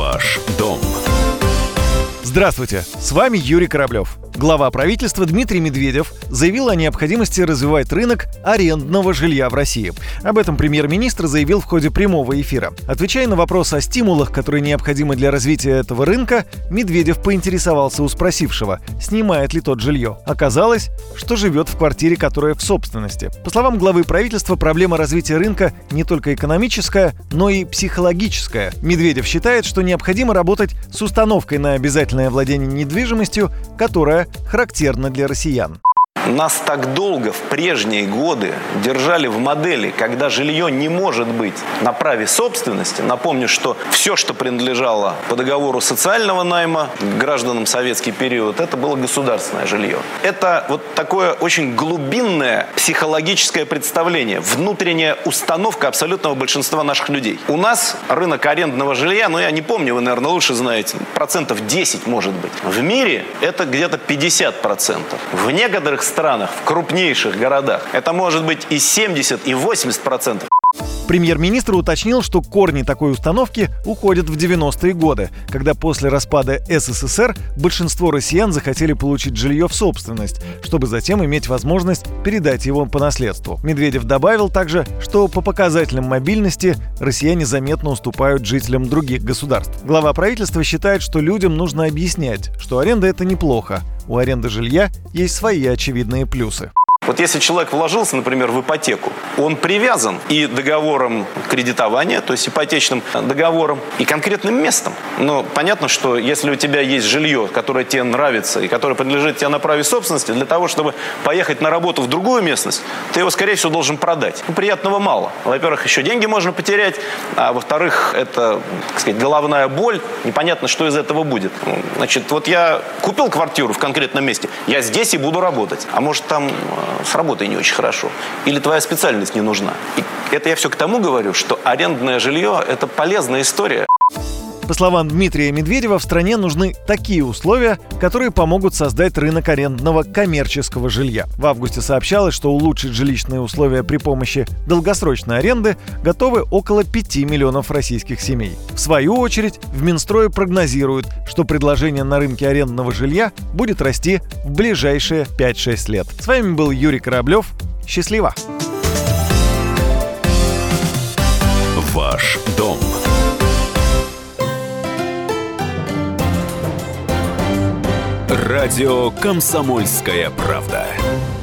Ваш дом. Здравствуйте, с вами Юрий Кораблев. Глава правительства Дмитрий Медведев заявил о необходимости развивать рынок арендного жилья в России. Об этом премьер-министр заявил в ходе прямого эфира. Отвечая на вопрос о стимулах, которые необходимы для развития этого рынка, Медведев поинтересовался у спросившего, снимает ли тот жилье. Оказалось, что живет в квартире, которая в собственности. По словам главы правительства, проблема развития рынка не только экономическая, но и психологическая. Медведев считает, что необходимо работать с установкой на обязательное владение недвижимостью, которая характерна для россиян. Нас так долго в прежние годы держали в модели, когда жилье не может быть на праве собственности. Напомню, что все, что принадлежало по договору социального найма гражданам в советский период, это было государственное жилье. Это вот такое очень глубинное психологическое представление, внутренняя установка абсолютного большинства наших людей. У нас рынок арендного жилья, я не помню, вы, наверное, лучше знаете, 10% может быть. В мире это где-то 50%. В некоторых странах, в крупнейших городах, это может быть и 70, и 80%. Премьер-министр уточнил, что корни такой установки уходят в 90-е годы, когда после распада СССР большинство россиян захотели получить жилье в собственность, чтобы затем иметь возможность передать его по наследству. Медведев добавил также, что по показателям мобильности россияне заметно уступают жителям других государств. Глава правительства считает, что людям нужно объяснять, что аренда – это неплохо. У аренды жилья есть свои очевидные плюсы. Вот если человек вложился, например, в ипотеку, он привязан и договором кредитования, то есть ипотечным договором, и конкретным местом. Но понятно, что если у тебя есть жилье, которое тебе нравится и которое принадлежит тебе на праве собственности, для того, чтобы поехать на работу в другую местность, ты его, скорее всего, должен продать. Приятного мало. Во-первых, еще деньги можно потерять, а во-вторых, это, так сказать, головная боль. Непонятно, что из этого будет. Значит, вот я купил квартиру в конкретном месте, я здесь и буду работать. А может, там с работой не очень хорошо. Или твоя специальность не нужна. И это я все к тому говорю, что арендное жилье – это полезная история. По словам Дмитрия Медведева, в стране нужны такие условия, которые помогут создать рынок арендного коммерческого жилья. В августе сообщалось, что улучшить жилищные условия при помощи долгосрочной аренды готовы около 5 миллионов российских семей. В свою очередь, в Минстрое прогнозируют, что предложение на рынке арендного жилья будет расти в ближайшие 5-6 лет. С вами был Юрий Кораблев. Счастливо! Ваш дом. Радио «Комсомольская правда».